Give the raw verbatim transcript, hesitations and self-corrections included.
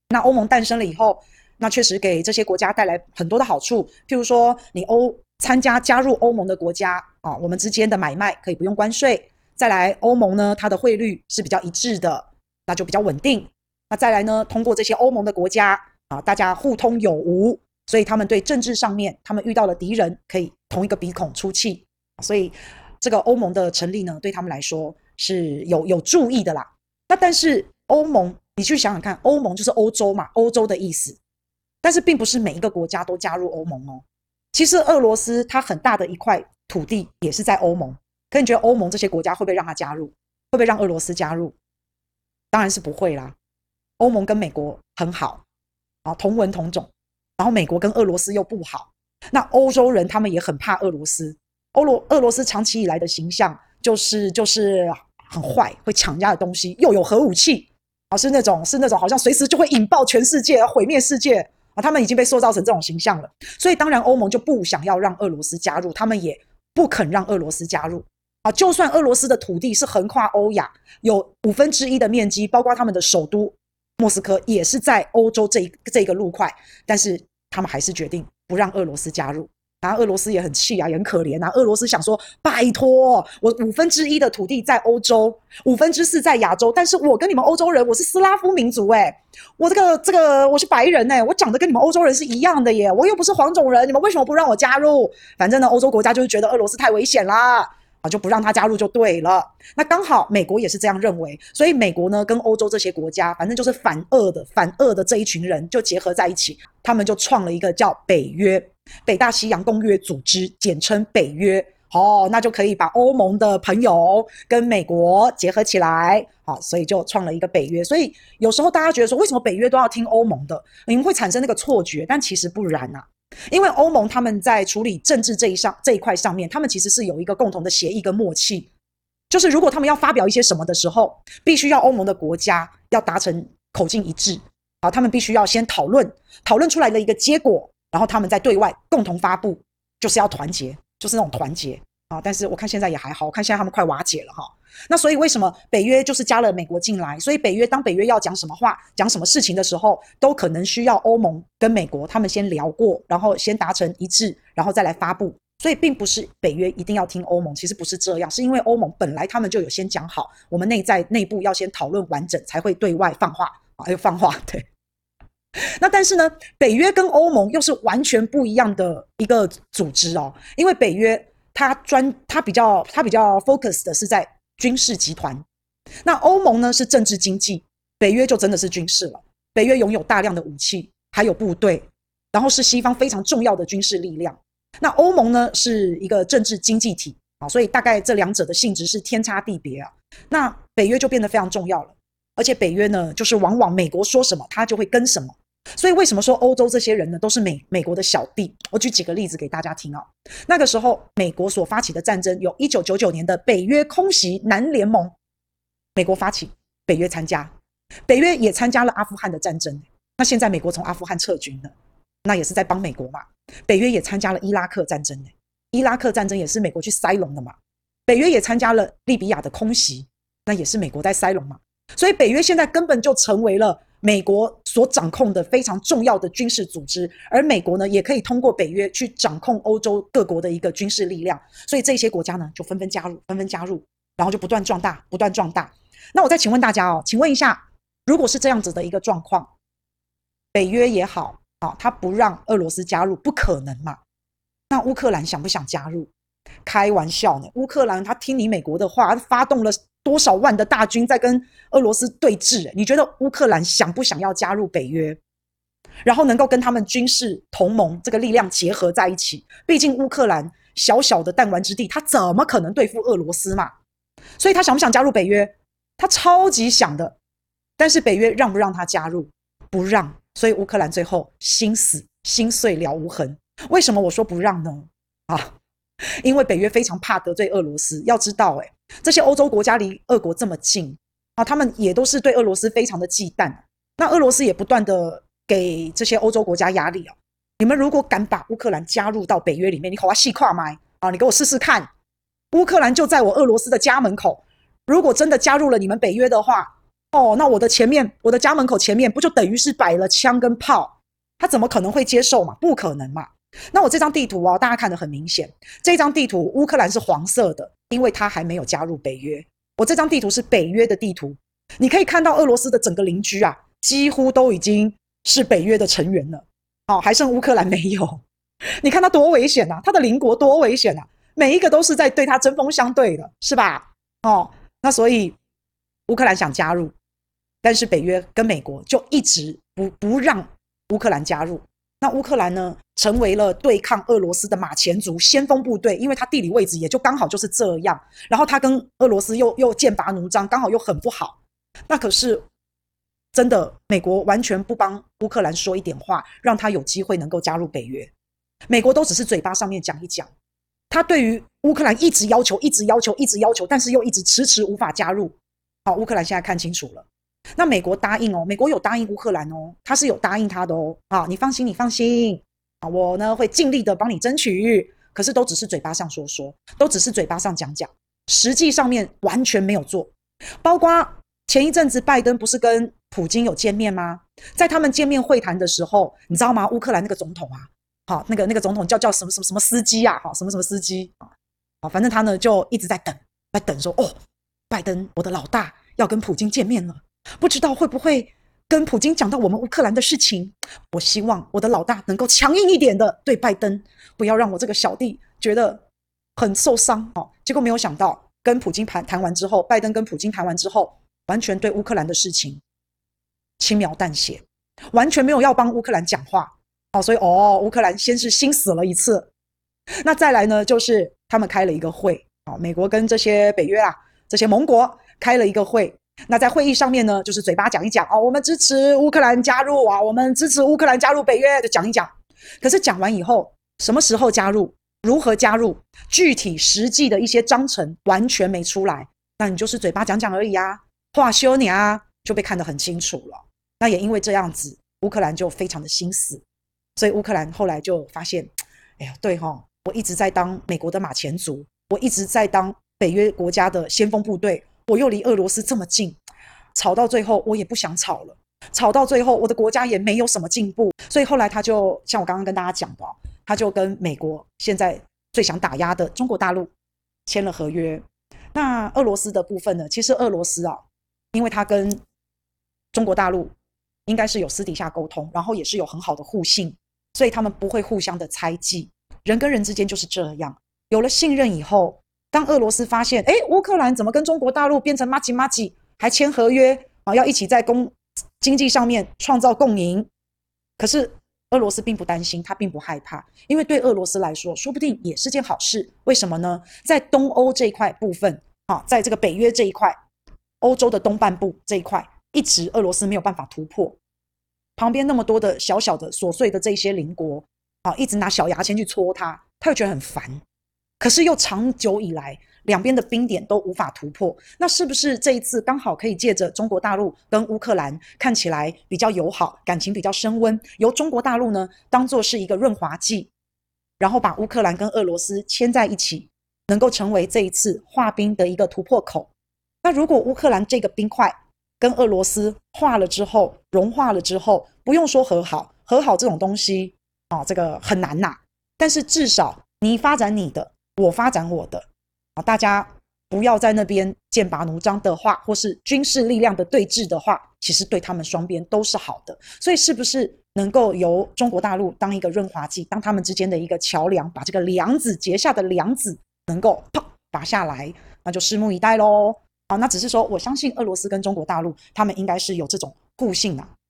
那欧盟诞生了以后，那确实给这些国家带来很多的好处，譬如说你欧参加加入欧盟的国家啊，我们之间的买卖可以不用关税。再来，欧盟呢，它的汇率是比较一致的，那就比较稳定。那再来呢，通过这些欧盟的国家啊，大家互通有无，所以他们对政治上面，他们遇到的敌人可以同一个鼻孔出气，所以这个欧盟的成立呢，对他们来说是有有注意的啦。那但是欧盟，你去想想看，欧盟就是欧洲嘛，欧洲的意思，但是并不是每一个国家都加入欧盟哦。其实俄罗斯它很大的一块土地也是在欧盟，可你觉得欧盟这些国家会不会让它加入？会不会让俄罗斯加入？当然是不会啦。欧盟跟美国很好，啊，同文同种，然后美国跟俄罗斯又不好，那欧洲人他们也很怕俄罗斯。欧罗俄罗斯长期以来的形象就是就是很坏，会抢人家的东西，又有核武器，啊，是那种是那种好像随时就会引爆全世界、毁灭世界啊，他们已经被塑造成这种形象了。所以当然欧盟就不想要让俄罗斯加入，他们也不肯让俄罗斯加入。啊，就算俄罗斯的土地是横跨欧亚，有五分之一的面积，包括他们的首都莫斯科也是在欧洲这一这个陆块，但是他们还是决定不让俄罗斯加入。然后俄罗斯也很气啊，也很可怜啊。俄罗斯想说，拜托，我五分之一的土地在欧洲，五分之四在亚洲，但是我跟你们欧洲人，我是斯拉夫民族哎、欸，我这个这个我是白人哎、欸，我长得跟你们欧洲人是一样的耶，我又不是黄种人，你们为什么不让我加入？反正呢，欧洲国家就是觉得俄罗斯太危险啦。啊，就不让他加入就对了。那刚好美国也是这样认为，所以美国呢跟欧洲这些国家，反正就是反俄的反俄的这一群人就结合在一起，他们就创了一个叫北约，北大西洋公约组织，简称北约。哦，那就可以把欧盟的朋友跟美国结合起来，好，所以就创了一个北约。所以有时候大家觉得说，为什么北约都要听欧盟的？你们会产生那个错觉，但其实不然啊。因为欧盟他们在处理政治这一上这一块上面，他们其实是有一个共同的协议跟默契，就是如果他们要发表一些什么的时候，必须要欧盟的国家要达成口径一致，好，他们必须要先讨论，讨论出来的一个结果，然后他们再对外共同发布，就是要团结，就是那种团结啊。但是我看现在也还好，我看现在他们快瓦解了哈。那所以为什么北约就是加了美国进来？所以北约当北约要讲什么话、讲什么事情的时候，都可能需要欧盟跟美国他们先聊过，然后先达成一致，然后再来发布。所以并不是北约一定要听欧盟，其实不是这样，是因为欧盟本来他们就有先讲好，我们内在内部要先讨论完整，才会对外放话啊，又放话对。那但是呢，北约跟欧盟又是完全不一样的一个组织哦，因为北约它专它比较它比较 focus 的是在军事集团，那欧盟呢是政治经济，北约就真的是军事了。北约拥有大量的武器，还有部队，然后是西方非常重要的军事力量。那欧盟呢是一个政治经济体啊，所以大概这两者的性质是天差地别啊。那北约就变得非常重要了，而且北约呢，就是往往美国说什么，他就会跟什么。所以为什么说欧洲这些人呢，都是美美国的小弟？我举几个例子给大家听啊。那个时候，美国所发起的战争有一九九九年的北约空袭南联盟，美国发起，北约参加，北约也参加了阿富汗的战争。那现在美国从阿富汗撤军了，那也是在帮美国嘛。北约也参加了伊拉克战争，伊拉克战争也是美国去塞隆的嘛。北约也参加了利比亚的空袭，那也是美国在塞隆嘛。所以北约现在根本就成为了美国所掌控的非常重要的军事组织，而美国呢，也可以通过北约去掌控欧洲各国的一个军事力量，所以这些国家呢就纷纷加入，纷纷加入，然后就不断壮大，不断壮大。那我再请问大家哦，请问一下，如果是这样子的一个状况，北约也好，哦，他不让俄罗斯加入，不可能嘛？那乌克兰想不想加入？开玩笑呢，乌克兰他听你美国的话，发动了多少万的大军在跟俄罗斯对峙，你觉得乌克兰想不想要加入北约，然后能够跟他们军事同盟这个力量结合在一起？毕竟乌克兰小小的弹丸之地，他怎么可能对付俄罗斯嘛？所以他想不想加入北约？他超级想的，但是北约让不让他加入？不让，所以乌克兰最后心死心碎了无痕。为什么我说不让呢？啊，因为北约非常怕得罪俄罗斯。要知道，哎，这些欧洲国家离俄国这么近啊，他们也都是对俄罗斯非常的忌惮。那俄罗斯也不断的给这些欧洲国家压力啊，你们如果敢把乌克兰加入到北约里面，你给我细跨麦啊，你给我试试看，乌克兰就在我俄罗斯的家门口。如果真的加入了你们北约的话， 哦，那我的前面，我的家门口前面不就等于是摆了枪跟炮？他怎么可能会接受嘛？不可能嘛！那我这张地图啊，大家看得很明显，这张地图乌克兰是黄色的，因为它还没有加入北约。我这张地图是北约的地图，你可以看到俄罗斯的整个邻居啊，几乎都已经是北约的成员了，哦，还剩乌克兰没有。你看他多危险啊，他的邻国多危险啊，每一个都是在对他针锋相对的，是吧？哦，那所以乌克兰想加入，但是北约跟美国就一直不不让乌克兰加入。那乌克兰呢，成为了对抗俄罗斯的马前卒、先锋部队，因为它地理位置也就刚好就是这样。然后它跟俄罗斯又又剑拔弩张，刚好又很不好。那可是真的，美国完全不帮乌克兰说一点话，让他有机会能够加入北约。美国都只是嘴巴上面讲一讲，他对于乌克兰一直要求、一直要求、一直要求，但是又一直迟迟无法加入。好，乌克兰现在看清楚了。那美国答应哦，美国有答应乌克兰哦，他是有答应他的哦。啊，你放心，你放心啊，我呢会尽力的帮你争取。可是都只是嘴巴上说说，都只是嘴巴上讲讲，实际上面完全没有做。包括前一阵子拜登不是跟普京有见面吗？在他们见面会谈的时候，你知道吗？乌克兰那个总统啊，好，那个那个总统叫叫什么什么什么司机啊，好，什么什么司机啊，反正他呢就一直在等，在等说哦，拜登我的老大要跟普京见面了。不知道会不会跟普京讲到我们乌克兰的事情，我希望我的老大能够强硬一点的对拜登，不要让我这个小弟觉得很受伤。哦，结果没有想到跟普京谈谈完之后，拜登跟普京谈完之后，完全对乌克兰的事情轻描淡写，完全没有要帮乌克兰讲话。哦，所以哦，乌克兰先是心死了一次。那再来呢，就是他们开了一个会，哦，美国跟这些北约啊，这些盟国开了一个会。那在会议上面呢，就是嘴巴讲一讲哦，我们支持乌克兰加入啊，我们支持乌克兰加入北约，就讲一讲。可是讲完以后，什么时候加入，如何加入，具体实际的一些章程完全没出来。那你就是嘴巴讲讲而已啊，话休你啊，就被看得很清楚了。那也因为这样子，乌克兰就非常的心死。所以乌克兰后来就发现，哎呀，对齁，我一直在当美国的马前卒，我一直在当北约国家的先锋部队，我又离俄罗斯这么近，吵到最后我也不想吵了，吵到最后我的国家也没有什么进步。所以后来他就像我刚刚跟大家讲的，他就跟美国现在最想打压的中国大陆签了合约。那俄罗斯的部分呢，其实俄罗斯啊，因为他跟中国大陆应该是有私底下沟通，然后也是有很好的互信，所以他们不会互相的猜忌。人跟人之间就是这样，有了信任以后，当俄罗斯发现，哎，乌克兰怎么跟中国大陆变成麻吉麻吉，还签合约啊，要一起在公经济上面创造共赢。可是俄罗斯并不担心，他并不害怕，因为对俄罗斯来说，说不定也是件好事。为什么呢？在东欧这一块部分啊，在这个北约这一块，欧洲的东半部这一块，一直俄罗斯没有办法突破。旁边那么多的小小的琐碎的这些邻国啊，一直拿小牙签去戳他，他会觉得很烦。可是又长久以来两边的冰点都无法突破，那是不是这一次刚好可以借着中国大陆跟乌克兰看起来比较友好，感情比较升温，由中国大陆呢当作是一个润滑剂，然后把乌克兰跟俄罗斯牵在一起，能够成为这一次化冰的一个突破口。那如果乌克兰这个冰块跟俄罗斯化了之后，融化了之后，不用说和好，和好这种东西啊，这个很难呐、啊。但是至少你发展你的，我发展我的，啊，大家不要在那边剑拔弩张的话，或是军事力量的对峙的话，其实对他们双边都是好的。所以是不是能够由中国大陆当一个润滑剂，当他们之间的一个桥梁，把这个梁子结下的梁子能够啪拔下来，那就拭目以待咯。啊，那只是说，我相信俄罗斯跟中国大陆，他们应该是有这种互信啊，